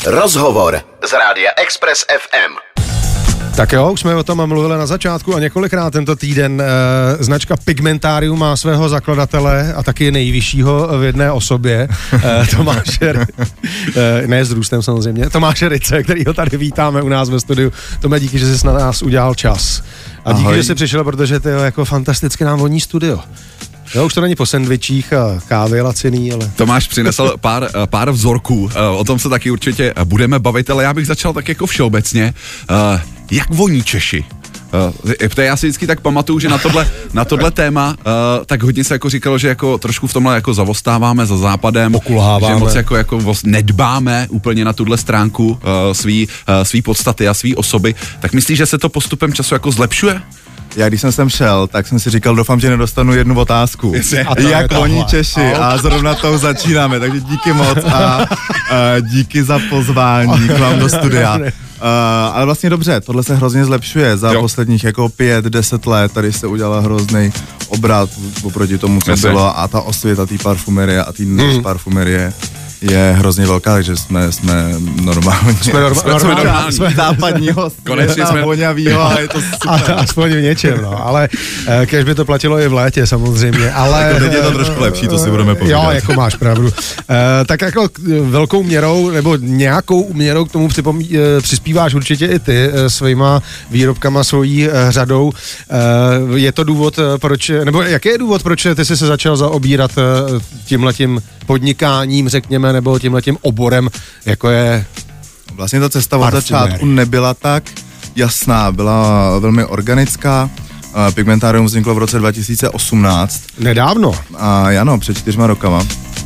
Rozhovor z Rádia Express FM. Tak jo, už jsme o tom mluvili na začátku a několikrát tento týden. Značka Pigmentarium má svého zakladatele a taky nejvyššího v jedné osobě, Tomáše, ne s Růstem samozřejmě, Tomáše Rice, kterýho tady vítáme u nás ve studiu. Tome, díky, že jsi na nás udělal čas. A díky, že jsi přišel, protože ty jako fantasticky nám voní studio. Jo, už to není po sendvičích a kávě laciný, ale... Tomáš přinesl pár vzorků, o tom se taky určitě budeme bavit, ale já bych začal tak jako všeobecně. Jak voní Češi? Já si vždycky tak pamatuju, že na tohle téma tak hodně se jako říkalo, že jako trošku v tomhle jako zavostáváme za západem, pokulháváme, že moc jako nedbáme úplně na tuhle stránku svý podstaty a svý osoby. Tak myslíš, že se to postupem času jako zlepšuje? Já když jsem sem šel, tak jsem si říkal, doufám, že nedostanu jednu otázku. Jak voní Češi a zrovna tou začínáme, takže díky moc a díky za pozvání k vám do studia. Ale vlastně dobře, tohle se hrozně zlepšuje za posledních jako 5-10 let, tady se udělala hrozný obrat oproti tomu, co bylo a ta osvěta té parfumerie a té parfumerie je hrozně velká, takže jsme normální. Jsme západního světa, voňavýho a je to super. Aspoň v něčem, no, ale kež by to platilo i v létě samozřejmě, ale... Jako teď je to trošku lepší, to si budeme povídat. Jo, jako máš pravdu. Tak jako velkou měrou, nebo nějakou měrou k tomu přispíváš určitě i ty svýma výrobkama, svojí řadou. Je to důvod, proč, nebo jaký je důvod, proč ty jsi se začal zaobírat tímhletím podnikáním, řekněme, nebo tímhletím oborem, jako je... Vlastně ta cesta od začátku nebyla tak jasná, byla velmi organická. Pigmentarium vzniklo v roce 2018. Nedávno. Ano, před 4 rokama.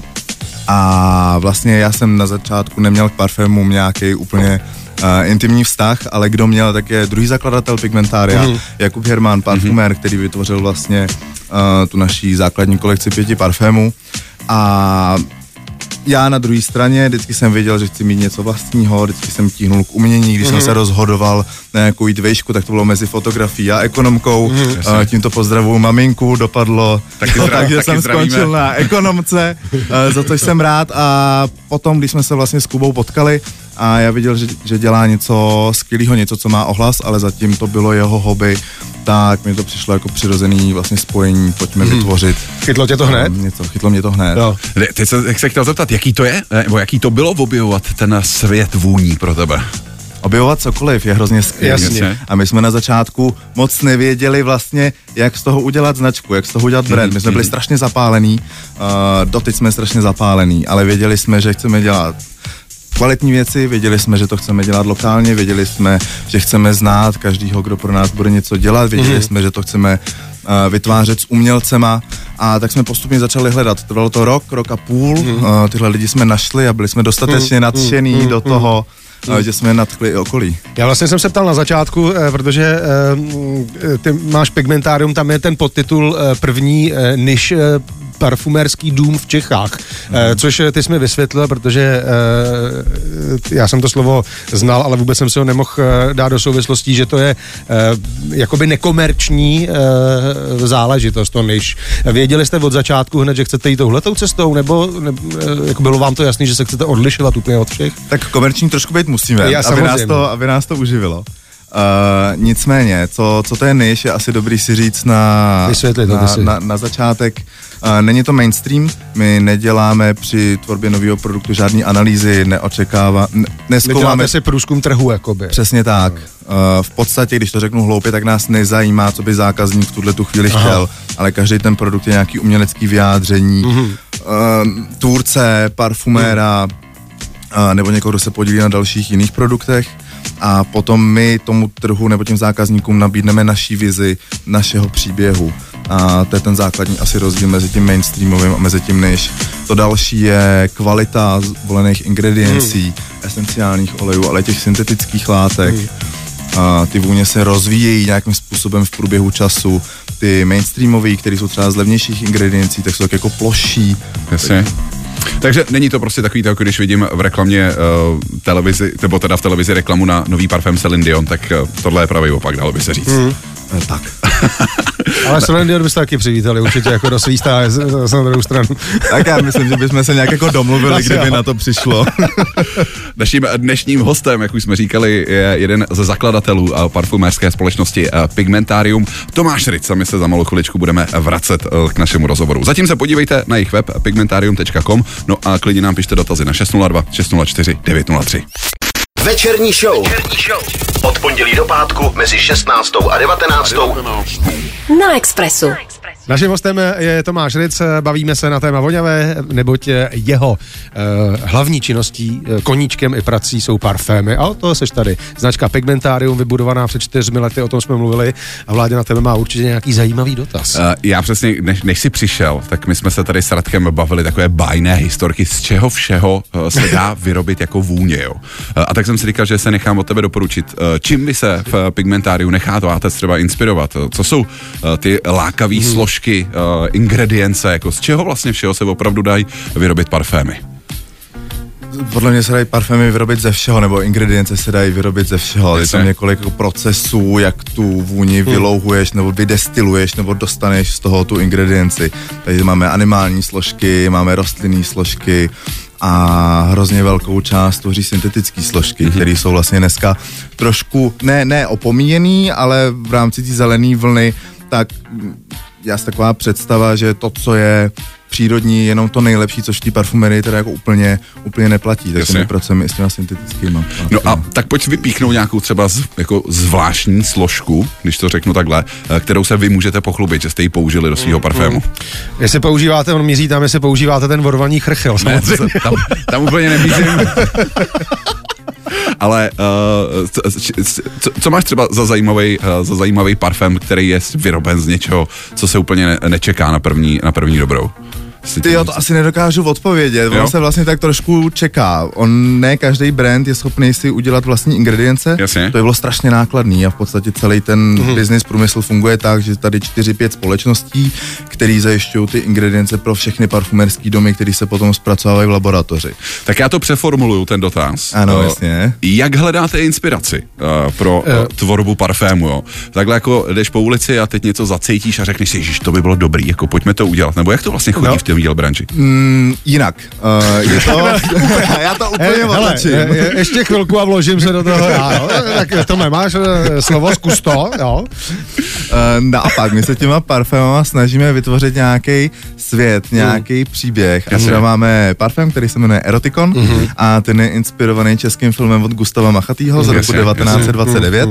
A vlastně já jsem na začátku neměl k parfémům nějaký úplně intimní vztah, ale kdo měl, tak je druhý zakladatel Pigmentaria, Jakub Herman, parfumér, který vytvořil vlastně tu naší základní kolekci 5 parfémů. A já na druhé straně vždycky jsem věděl, že chci mít něco vlastního, vždycky jsem tíhnul k umění, když jsem se rozhodoval na nějakou jít vejšku, tak to bylo mezi fotografií a ekonomkou. Tímto pozdravuju maminku, dopadlo takže jsem skončil na ekonomce, za což jsem rád a potom, když jsme se vlastně s Kubou potkali a já viděl, že dělá něco skvělého, něco, co má ohlas, ale zatím to bylo jeho hobby, tak mi to přišlo jako přirozený vlastně spojení, pojďme vytvořit. Chytlo tě to hned? Chytlo mě to hned. Jo. Teď se chtěl zeptat, jaký to je, nebo jaký to bylo objevovat ten svět vůní pro tebe? Objevovat cokoliv je hrozně skvělý. A my jsme na začátku moc nevěděli vlastně, jak z toho udělat značku, jak z toho udělat brand. My jsme byli strašně zapálení, doteď jsme strašně zapálení, ale věděli jsme, že chceme dělat kvalitní věci, věděli jsme, že to chceme dělat lokálně, věděli jsme, že chceme znát každýho, kdo pro nás bude něco dělat, věděli jsme, že to chceme vytvářet s umělcema a tak jsme postupně začali hledat. Trvalo to rok a půl, tyhle lidi jsme našli a byli jsme dostatečně nadšení do toho, že jsme nadchli i okolí. Já vlastně jsem se ptal na začátku, protože ty máš Pigmentarium, tam je ten podtitul první niž parfumérský dům v Čechách, což ty jsi mi vysvětlil, protože já jsem to slovo znal, ale vůbec jsem si ho nemohl dát do souvislostí, že to je jakoby nekomerční záležitost, to niž. Věděli jste od začátku hned, že chcete jít touhletou cestou, nebo jako bylo vám to jasný, že se chcete odlišovat úplně od všech? Tak komerční trošku být musíme, aby nás to uživilo. Nicméně, co to je niž, je asi dobrý si říct na začátek. Není to mainstream, my neděláme při tvorbě nového produktu žádný analýzy, neskoumáme si průzkum trhu, jakoby. Přesně tak. V podstatě, když to řeknu hloupě, tak nás nezajímá, co by zákazník v tuhle tu chvíli chtěl, ale každý ten produkt je nějaký umělecký vyjádření, tvůrce, parfuméra, nebo někoho, kdo se podílí na dalších jiných produktech. A potom my tomu trhu nebo těm zákazníkům nabídneme naší vizi, našeho příběhu. A to je ten základní asi rozdíl mezi tím mainstreamovým a mezi tím niž. To další je kvalita zvolených ingrediencí, esenciálních olejů, ale těch syntetických látek. A ty vůně se rozvíjejí nějakým způsobem v průběhu času. Ty mainstreamové, které jsou třeba z levnějších ingrediencí, tak jsou tak jako ploší. Jasně. Takže není to prostě takový, jako když vidím v reklamě televizi, nebo teda v televizi reklamu na nový parfém Celine Dion, tak tohle je pravý opak, dalo by se říct. Tak. Ale Celine Dion byste taky přivítali, určitě jako do svý stále na druhou stranu. Tak já myslím, že bychom se nějak jako domluvili, kdyby na to přišlo. Naším dnešním hostem, jak už jsme říkali, je jeden ze zakladatelů parfumérské společnosti Pigmentarium, Tomáš Ritz, a my se za malou chviličku budeme vracet k našemu rozhovoru. Zatím se podívejte na jejich web pigmentarium.com, no a klidně nám pište dotazy na 602 604 903. Večerní show. Od pondělí do pátku mezi 16. a 19. Na Expressu. Naším hostem je Tomáš Ritz, bavíme se na téma voňavé, neboť jeho hlavní činností, koníčkem i prací jsou parfémy. A o toho seš tady. Značka Pigmentarium, vybudovaná před 4 lety, o tom jsme mluvili, a Vláďa na tebe má určitě nějaký zajímavý dotaz. Já přesně, než jsi přišel, tak my jsme se tady s Radkem bavili takové bájné historky, z čeho všeho se dá vyrobit jako vůně. Jo. A tak jsem si říkal, že se nechám od tebe doporučit, čím by se v Pigmentariu necháte třeba inspirovat. Co jsou ty lákavý složky, ingredience, jako z čeho vlastně všeho se opravdu dají vyrobit parfémy? Podle mě se dají parfémy vyrobit ze všeho, nebo ingredience se dají vyrobit ze všeho. Je tam několik procesů, jak tu vůni vylouhuješ, nebo vydestiluješ, nebo dostaneš z toho tu ingredienci. Takže máme animální složky, máme rostlinné složky a hrozně velkou část tvoří syntetické složky, které jsou vlastně dneska trošku, ne opomíjený, ale v rámci té zelené vlny, tak je taková představa, že to, co je přírodní, jenom to nejlepší, což v té parfumerii teda jako úplně neplatí, takže my pracujeme i s těma syntetickýma. No a tak pojď vypíchnout nějakou třeba jako zvláštní složku, když to řeknu takhle, kterou se vy můžete pochlubit, že jste ji použili do svého parfému. Jestli používáte, on míří tam, jestli používáte ten vorvaný chrchel. Ne, tam úplně nemířím. Ale co máš třeba za zajímavý parfém, který je vyroben z něčeho, co se úplně nečeká na první dobrou? Jo, to asi nedokážu odpovědět, on se vlastně tak trošku čeká. Ne každý brand je schopný si udělat vlastní ingredience. Jasně. To je bylo strašně nákladný a v podstatě celý ten business průmysl funguje tak, že tady 4-5 společností, který zajišťují ty ingredience pro všechny parfumerský domy, který se potom zpracovávají v laboratoři. Tak já to přeformuluju, ten dotaz. Ano, jasně. Jak hledáte inspiraci pro tvorbu parfému? Jo? Takhle jako jdeš po ulici a teď něco zacítíš a řekneš si, ježiš, to by bylo dobrý, jako pojďme to udělat. Nebo jak to vlastně chodí v tom branži? Jinak. Je to, já to úplně odlačím. Ještě chvilku a vložím se do toho já, jo? Tak Tome, máš slovo, zkus to, jo? Naopak, my se těma parfémama snažíme vytvořit nějaký svět, nějaký příběh. A třeba máme parfém, který se jmenuje Erotikon a ten je inspirovaný českým filmem od Gustava Machatýho z roku 1929.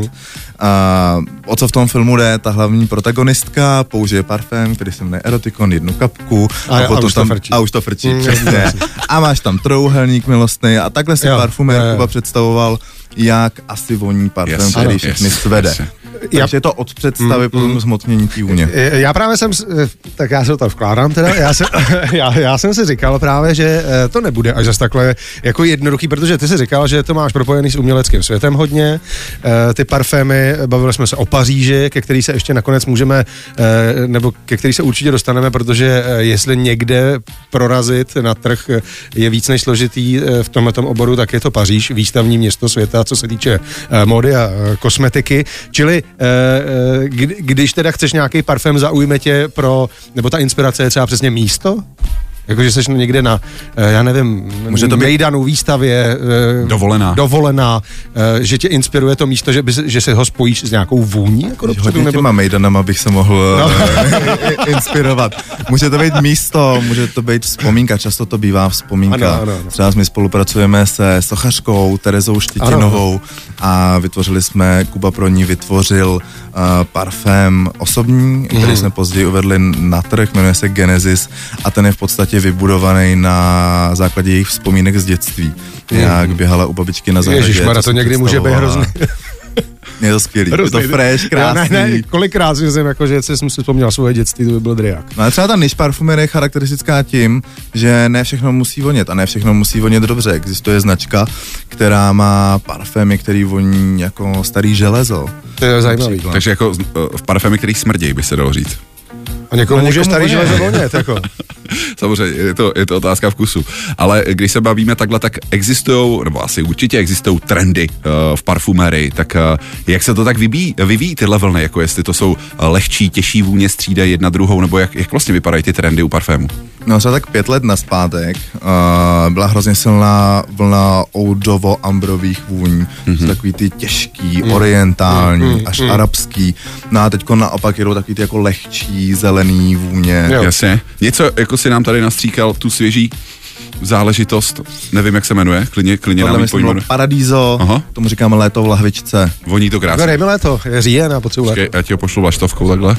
O co v tom filmu jde? Ta hlavní protagonistka použije parfém, který se jmenuje Erotikon, 1 kapku a už to frčí, přesně. A máš tam trouhelník milostný a takhle si parfumér Kuba představoval, jak asi voní parfém, který všechny svede. Takže je to od představy potom zmocnění té vůně. Já právě tak já se to tam vkládám teda, já jsem si říkal právě, že to nebude až zase takhle jako jednoduchý, protože ty si říkal, že to máš propojený s uměleckým světem hodně, ty parfémy, bavili jsme se o Paříži, ke který se ještě nakonec můžeme, nebo ke který se určitě dostaneme, protože jestli někde prorazit na trh je víc než složitý v tomhletom oboru, tak je to Paříž, výstavní město světa, co se týče módy a kosmetiky, čili když teda chceš nějaký parfém, zaujme tě nebo ta inspirace je třeba přesně místo? Jakože jsi někde na, já nevím, může to Mejdanu, výstavě, dovolená, že tě inspiruje to místo, že se ho spojíš s nějakou vůní? Jako hodně těma Mejdanama bych se mohl inspirovat. Může to být místo, může to být vzpomínka, často to bývá vzpomínka. Ano. Třeba my spolupracujeme se sochařkou Terezou Štětinovou a Kuba pro ní vytvořil parfém osobní, který jsme později uvedli na trh, jmenuje se Genesis a ten je v podstatě vybudovaný na základě jejich vzpomínek z dětství. Jak běhala u babičky na zahradě. Ježišmarja, to někdy může být hrozný. Je to skvělý, je to fresh, krásný. Ne, kolikrát jsem jako, že jsem si vzpomněl svoje dětství, to by byl driák. No a třeba ta niche parfumerie je charakteristická tím, že ne všechno musí vonět a ne všechno musí vonět dobře. Existuje značka, která má parfémy, který voní jako starý železo. To je zajímavý. Takže jako v parfémy, který smrdějí, by se dalo říct. A někomu může starý železo vonět, jako. Samozřejmě, je to otázka vkusu. Ale když se bavíme takhle, tak existují, nebo asi určitě existují trendy v parfumérii, tak jak se to tak vyvíjí tyhle vlny, jako jestli to jsou lehčí, těžší vůně, střídají jedna druhou, nebo jak vlastně vypadají ty trendy u parfému? No třeba tak 5 let nazpátek byla hrozně silná vlna oudovo-ambrových vůní, takový ty těžký, orientální, až arabský. No a teďko naopak jedou takový ty jako lehčí, zelený vůně. Jo. Jasně. Něco jako si nám tady nastříkal tu svěží záležitost, nevím, jak se jmenuje, klidně nám pojmenuje. Paradízo, tomu říkáme léto v lahvičce. Voní to krásně. Dejme léto, je říjen a potřebuji léto. Já ti ho pošlu vlaštovkou takhle.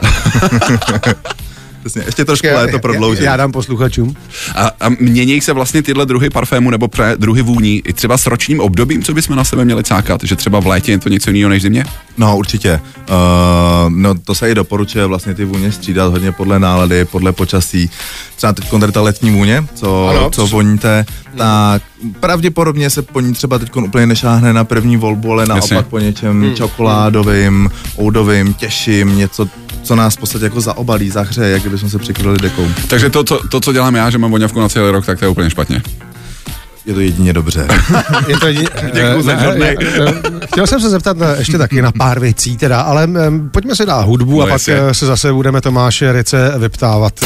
Přesně, ještě trošku léto prodloužit. Já dám posluchačům. A mění se vlastně tyhle druhy parfému nebo druhy vůní i třeba s ročním obdobím, co bychom na sebe měli cákat, že třeba v létě je to něco jiného než v zimě? No určitě. No to se i doporučuje vlastně ty vůně střídat hodně podle nálady, podle počasí. Třeba teď tady ta letní vůně, co voníte, tak pravděpodobně se po ní třeba teď úplně nešáhne na první volbu, ale naopak po něčem čokoládovým, oudovým, těžším, něco, co nás v podstatě jako zaobalí, zahřeje, jak kdybychom se přikryli dekou. Takže to, co dělám já, že mám voňavku na celý rok, tak to je úplně špatně. Je to jedině dobře. Děkuju za žodnej. Chtěl jsem se zeptat ještě taky na pár věcí teda, ale pojďme si dát hudbu a pak se zase budeme Tomáše Rice vyptávat.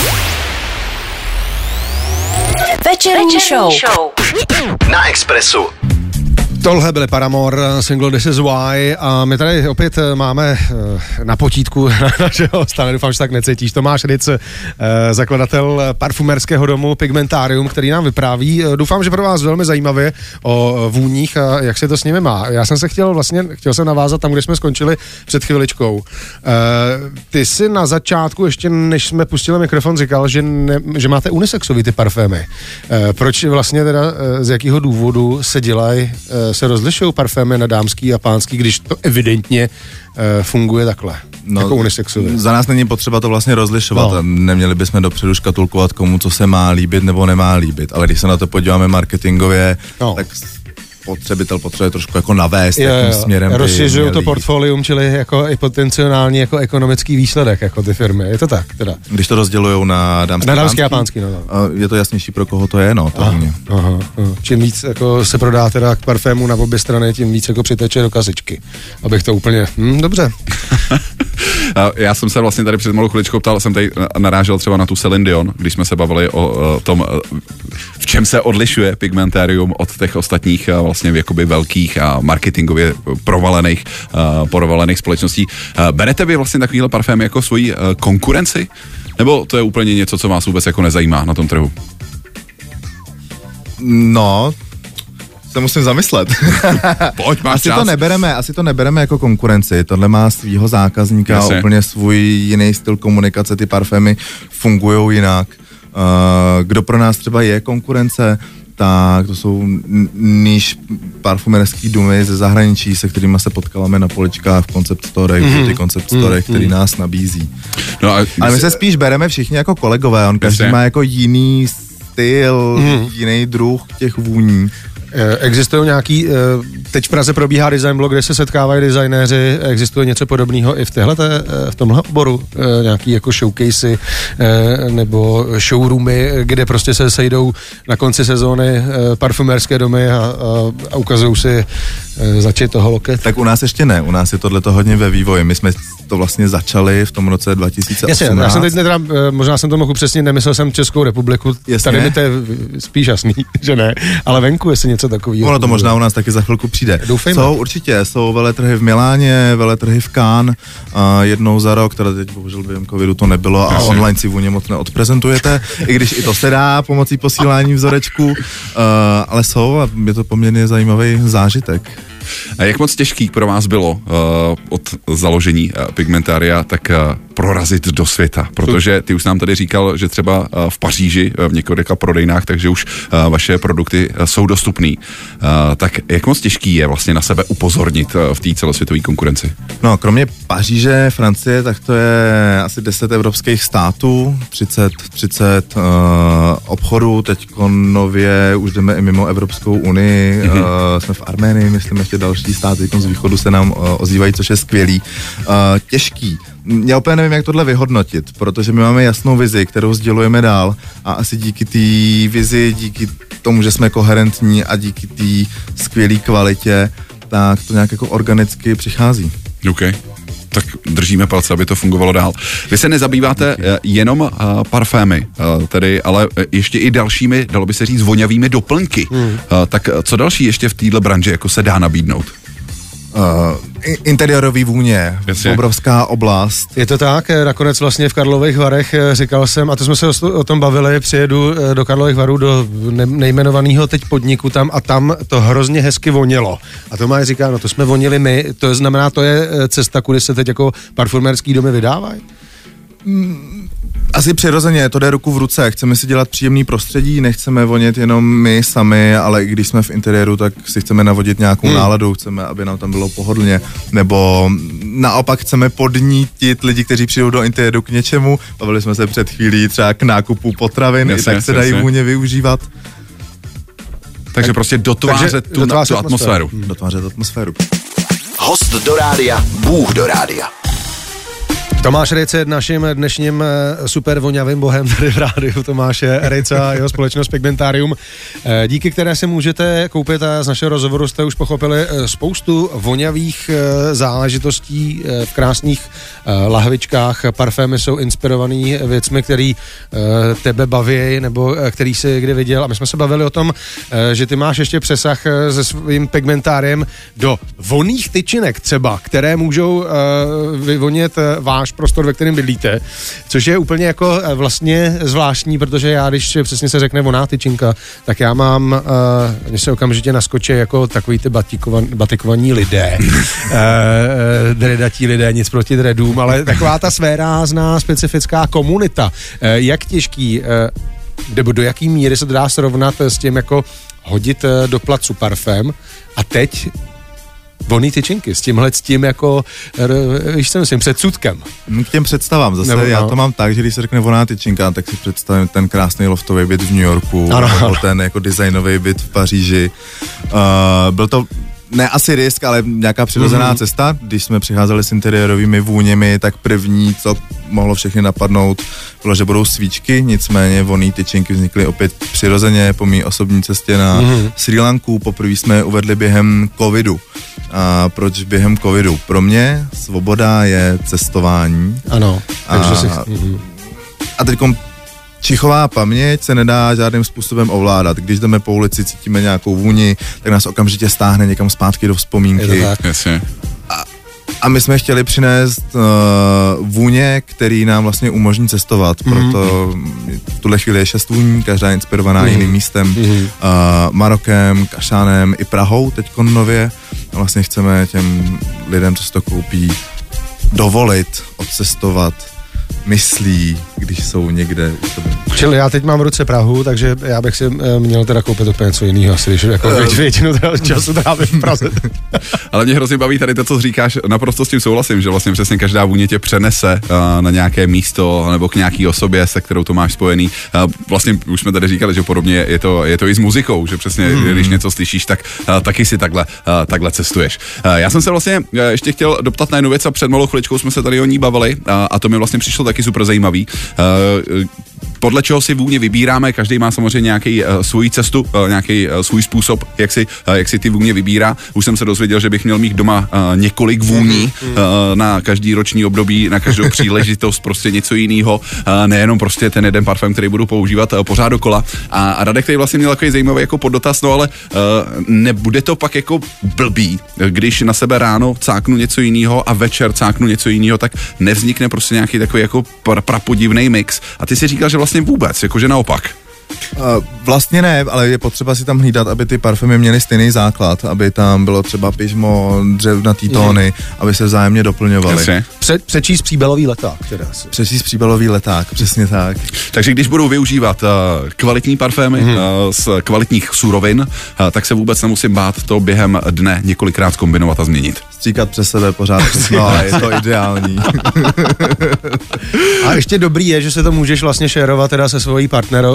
Večerní show na Expressu. Tohle byly Paramore, single This Is Why a my tady opět máme na potítku našeho hosta, doufám, že tak necítíš, Tomáš Rice, zakladatel parfumerského domu Pigmentarium, který nám vypráví, doufám, že pro vás velmi zajímavě o vůních a jak se to s nimi má. Já jsem se chtěl jsem navázat tam, kde jsme skončili před chviličkou. Ty jsi na začátku, ještě než jsme pustili mikrofon, říkal, že máte unisexový ty parfémy. Proč vlastně teda, z jakého důvodu se rozlišují parfémy na dámský a pánský, když to evidentně funguje takhle, jako unisexově. Za nás není potřeba to vlastně rozlišovat. Neměli bychom dopředu škatulkovat, komu co se má líbit nebo nemá líbit, ale když se na to podíváme marketingově, tak spotřebitel potřebuje trošku jako navést, jakým směrem by rozšiřují to portfolium, čili jako i potenciální jako ekonomický výsledek jako ty firmy. Je to tak teda? Když to rozdělujou na dámský a pánský, je to jasnější, pro koho to je, Aha. Čím víc jako se prodá teda k parfému na obě strany, tím víc jako přiteče do kazičky. Abych to úplně, dobře. Já jsem se vlastně tady před malou chviličkou ptal, jsem tady narážel třeba na tu Celine Dion, když jsme se bavili o tom, v čem se odlišuje Pigmentarium od těch ostatních vlastně jakoby velkých a marketingově provalených společností. Berete vy vlastně takovýhle parfémy jako svoji konkurenci? Nebo to je úplně něco, co vás vůbec jako nezajímá na tom trhu? No, se musím zamyslet. Pojď, máš čas. Asi to nebereme jako konkurenci. Tohle má svýho zákazníka, Jasně. Úplně svůj jiný styl komunikace, ty parfémy fungujou jinak. Kdo pro nás třeba je konkurence, tak to jsou níž parfumerský domy ze zahraničí, se kterými se potkáváme na poličkách, v concept storech, ty concept storech, který nás nabízí. No ale my se spíš bereme všichni jako kolegové, každý má jako jiný styl, jiný druh těch vůní. Existují nějaký, teď v Praze probíhá design blog, kde se setkávají designéři, existuje něco podobného i v tomhle oboru, nějaký jako showcasey nebo showroomy, kde prostě se sejdou na konci sezóny parfumerské domy a ukazují si začít toho loket. Tak u nás ještě ne, u nás je tohleto hodně ve vývoji, my jsme to vlastně začali v tom roce 2018. Jasně, já jsem teď možná jsem to mohl upřesnit, nemyslel jsem Českou republiku, Jasně. Tady mi to je spíš jasný, že ne, ale venku jestli něco takového. Ono to možná u nás taky za chvilku přijde. Doufejme. Jsou veletrhy v Miláně, veletrhy v Cannes, jednou za rok, teda teď bohužel během covidu to nebylo a online si vůně moc neodprezentujete, i když i to se dá pomocí posílání vzorečků, ale jsou a je to poměrně zajímavý zážitek. A jak moc těžký pro vás bylo od založení Pigmentaria tak prorazit do světa? Protože ty už nám tady říkal, že třeba v Paříži v několika prodejnách, takže už vaše produkty jsou dostupný. Tak jak moc těžký je vlastně na sebe upozornit v té celosvětové konkurenci? No, kromě Paříže, Francie, tak to je asi 10 evropských států, 30 obchodů, teďko nově už jdeme i mimo Evropskou unii, jsme v Arménii, myslím, ještě další státy z východu se nám ozývají, což je skvělý. Těžký. já úplně nevím, jak tohle vyhodnotit, protože my máme jasnou vizi, kterou sdělujeme dál a asi díky té vizi, díky tomu, že jsme koherentní a díky té skvělé kvalitě, tak to nějak jako organicky přichází. OK. Tak držíme palce, aby to fungovalo dál. Vy se nezabýváte jenom parfémy, tedy, ale ještě i dalšími, dalo by se říct, voňavými doplňky. Tak co další ještě v téhle branži jako se dá nabídnout? Interiérový vůně, obrovská oblast. Je to tak, nakonec vlastně v Karlových Varech říkal jsem, a to jsme se o tom bavili, přijedu do Karlových Varů do nejmenovaného teď podniku tam a tam to hrozně hezky vonělo. A Tomáš říká, no to jsme vonili my, to znamená, to je cesta, kudy se teď jako parfumérský domy vydávají? Asi přirozeně, to jde ruku v ruce, chceme si dělat příjemný prostředí, nechceme vonět jenom my sami, ale i když jsme v interiéru, tak si chceme navodit nějakou náladu, chceme, aby nám tam bylo pohodlně, nebo naopak chceme podnítit lidi, kteří přijdou do interiéru k něčemu, bavili jsme se před chvílí třeba k nákupu potravin, i tak se dají vůně využívat. Takže prostě dotvářet tu atmosféru. Dotvářet atmosféru. Host do rádia, Bůh do rádia. Tomáš Rejc je naším dnešním super voňavým bohem tady v rádiu. Tomáše Rejca a jeho společnost Pigmentarium, díky které si můžete koupit, a z našeho rozhovoru jste už pochopili spoustu voňavých záležitostí v krásných lahvičkách. Parfémy jsou inspirovaný věcmi, který tebe baví, nebo který jsi kdy viděl. A my jsme se bavili o tom, že ty máš ještě přesah se svým Pigmentáriem do vonných tyčinek třeba, které můžou vyvonět váš prostor, ve kterém bydlíte, což je úplně jako vlastně zvláštní, protože já, když přesně se řekne vonná tyčinka, tak já mám, mě se okamžitě naskočí jako takový ty batikovaní lidé, dredatí lidé, nic proti dredům, ale taková ta svérázná specifická komunita. Jak těžký, nebo do jaký míry se to dá srovnat s tím jako hodit do placu parfém a teď vonný tyčinky, s tím jako, víš co myslím, předsudkem. K těm představám zase, já to mám tak, že když se řekne vonná tyčinka, tak si představím ten krásný loftový byt v New Yorku, nebo ten jako designový byt v Paříži. Byl to ne asi risk, ale nějaká přirozená cesta. Když jsme přicházeli s interiérovými vůněmi, tak první, co mohlo všechny napadnout, bylo, že budou svíčky, nicméně vonný tyčinky vznikly opět přirozeně po mý osobní cestě na Srí Lanku. Poprvé jsme je uvedli během covidu. A proč během covidu? Pro mě svoboda je cestování. Ano. A teďkom čichová paměť se nedá žádným způsobem ovládat. Když jdeme po ulici, cítíme nějakou vůni, tak nás okamžitě stáhne někam zpátky do vzpomínky. A my jsme chtěli přinést vůně, který nám vlastně umožní cestovat, proto v tuhle chvíli je 6 vůní, každá je inspirovaná jiným místem, Marokem, Kašánem i Prahou teďko nově. A vlastně chceme těm lidem, co si to koupí, dovolit odcestovat myslí, když jsou někde u sebe. Čili já teď mám v ruce Prahu, takže já bych si měl teda koupit úplně něco jiného, asi když jako většinu času trávím v Praze. Ale mě hrozně baví tady to, co říkáš, naprosto s tím souhlasím, že vlastně přesně každá vůně tě přenese na nějaké místo nebo k nějaký osobě, se kterou to máš spojený. Vlastně už jsme tady říkali, že podobně je to i s muzikou, že přesně když něco slyšíš, tak taky si takhle cestuješ. Já jsem se vlastně ještě chtěl doptat na jednu věc a před malou chviličkou jsme se tady o ní bavili a to mi vlastně přišlo taky super zajímavý. Podle čeho si vůně vybíráme, každý má samozřejmě nějaký svůj cestu, nějaký svůj způsob, jak si ty vůně vybírá. Už jsem se dozvěděl, že bych měl mít doma několik vůní na každý roční období, na každou příležitost, prostě něco jiného, nejenom prostě ten jeden parfém, který budu používat pořád dokola. A Radek tady vlastně měl takový zajímavý jako poddotaz, no ale nebude to pak jako blbý, když na sebe ráno cáknu něco jiného a večer cáknu něco jiného, tak nevznikne prostě nějaký takový jako prapodivný mix. A ty si říkal, že vlastně vůbec, jakože naopak. Vlastně ne, ale je potřeba si tam hlídat, aby ty parfémy měly stejný základ, aby tam bylo třeba pyžmo, dřevnatý tóny, aby se vzájemně doplňovaly. Přečíst příbalový leták. Přečíst příbalový leták, přesně tak. Takže když budou využívat kvalitní parfémy z kvalitních surovin, tak se vůbec nemusím bát to během dne několikrát kombinovat a změnit. Stříkat přes sebe pořád, no, je to ideální. A ještě dobrý je, že se to můžeš vlastně šerovat teda se svojí partnerkou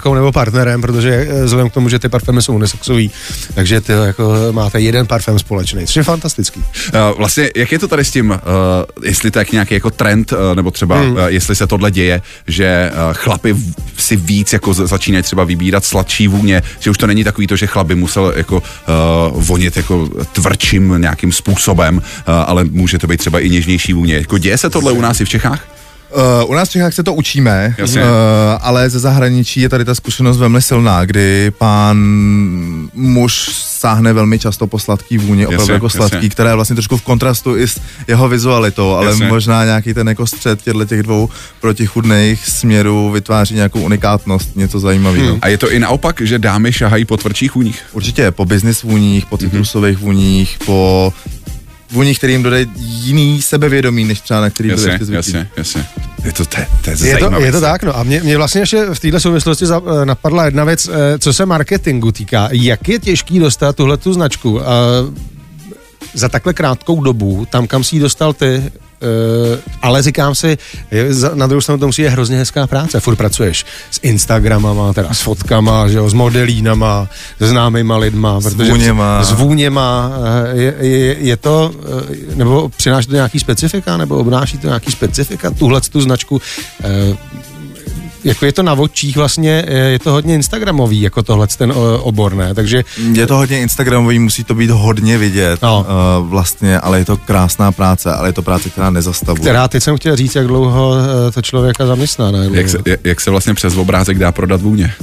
partnerkou nebo partnerem, protože vzhledem k tomu, že ty parfémy jsou unisexový, takže ty jako máte jeden parfém společný, což je fantastický. Vlastně, jak je to tady s tím, jestli to je nějaký jako trend, nebo třeba jestli se tohle děje, že chlapi si víc jako začínají třeba vybírat sladší vůně, že už to není takový to, že chlap by musel jako vonit jako tvrdším nějakým způsobem, ale může to být třeba i něžnější vůně. Jako děje se tohle u nás i v Čechách? U nás v Čechách se to učíme, ale ze zahraničí je tady ta zkušenost velmi silná, kdy pán muž sáhne velmi často po sladký vůni, opravdu jako sladký, která je vlastně trošku v kontrastu i s jeho vizualitou, ale možná nějaký ten jako střed těch dvou protichůdných směrů vytváří nějakou unikátnost, něco zajímavého. A je to i naopak, že dámy šahají po tvrdších vůních? Určitě, po business vůních, po citrusových vůních, po vůni, který jim dodají jiný sebevědomí, než třeba na který byli ještě zvyklí. Jasně. Je to tak, no a mě vlastně ještě v této souvislosti napadla jedna věc, co se marketingu týká. Jak je těžký dostat tuhletu značku za takhle krátkou dobu, tam, kam si ji dostal ty, ale říkám si, na druhou stranu to musí je hrozně hezká práce. Furt pracuješ s Instagramama, teda s fotkama, že jo, s modelínama, se známýma lidma, s vůněma. Je to, nebo přináší to nějaký specifika, nebo obnáší to nějaký specifika, tu značku, jako je to na očích vlastně, je to hodně instagramový, jako tohle ten obor, ne? Takže je to hodně instagramový, musí to být hodně vidět, vlastně, ale je to krásná práce, ale je to práce, která nezastavuje. Teď jsem chtěl říct, jak dlouho to člověka zaměstná, ne? Jak se vlastně přes obrázek dá prodat vůně?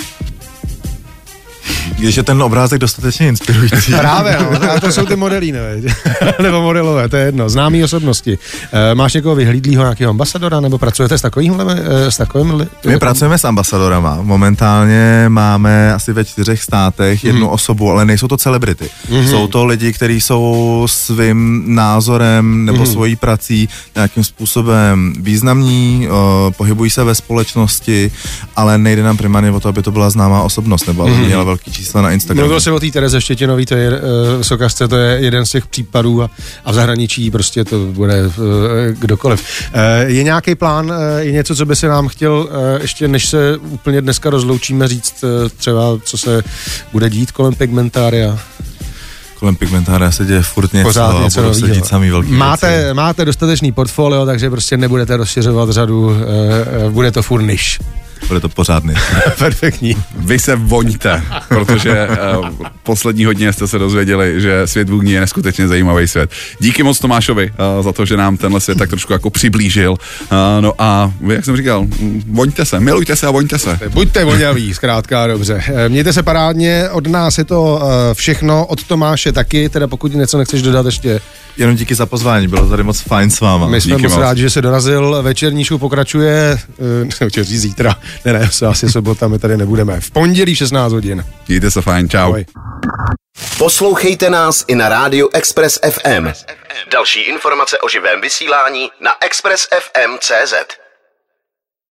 Když je ten obrázek dostatečně inspirující. Právě, no. A to jsou ty modelíny, nebo modelové, to je jedno. Známý osobnosti. Máš někoho vyhlídlýho, nějakého ambasadora, nebo pracujete s takovým My pracujeme s ambasadorama. Momentálně máme asi ve 4 státech jednu osobu, ale nejsou to celebrity. Jsou to lidi, kteří jsou svým názorem nebo svojí prací nějakým způsobem významní, pohybují se ve společnosti, ale nejde nám primárně o to, aby to byla známá osobnost, nebo aby měla velký číslo na Instagramu. Mluvil jsem o té Tereze Štětinový, to je sokařce, to je jeden z těch případů a v zahraničí prostě to bude kdokoliv. Je nějaký plán, je něco, co by se nám chtěl ještě, než se úplně dneska rozloučíme, říct třeba, co se bude dít kolem Pigmentária? Kolem Pigmentária se děje furt něco a budou se dít samý velký máte dostatečný portfolio, takže prostě nebudete rozšiřovat řadu, bude to furt niž. Bude to pořádný. Perfektní. Vy se voňte, protože poslední hodně jste se dozvěděli, že svět vůní je neskutečně zajímavý svět. Díky moc Tomášovi za to, že nám tenhle svět tak trošku jako přiblížil. No a vy, jak jsem říkal, voňte se, milujte se a voňte se. Buďte voňaví, zkrátka dobře. Mějte se parádně, od nás je to všechno, od Tomáše taky, teda pokud něco nechceš dodat ještě. Jenom díky za pozvání, bylo tady moc fajn s váma. My jsme moc rádi, že se dorazil, večerní show pokračuje, nechci říct zítra, ne, asi sobota, my tady nebudeme. V pondělí 16 hodin. Mějte se fajn, čau. Ahoj. Poslouchejte nás i na rádiu Express FM. Další informace o živém vysílání na expressfm.cz.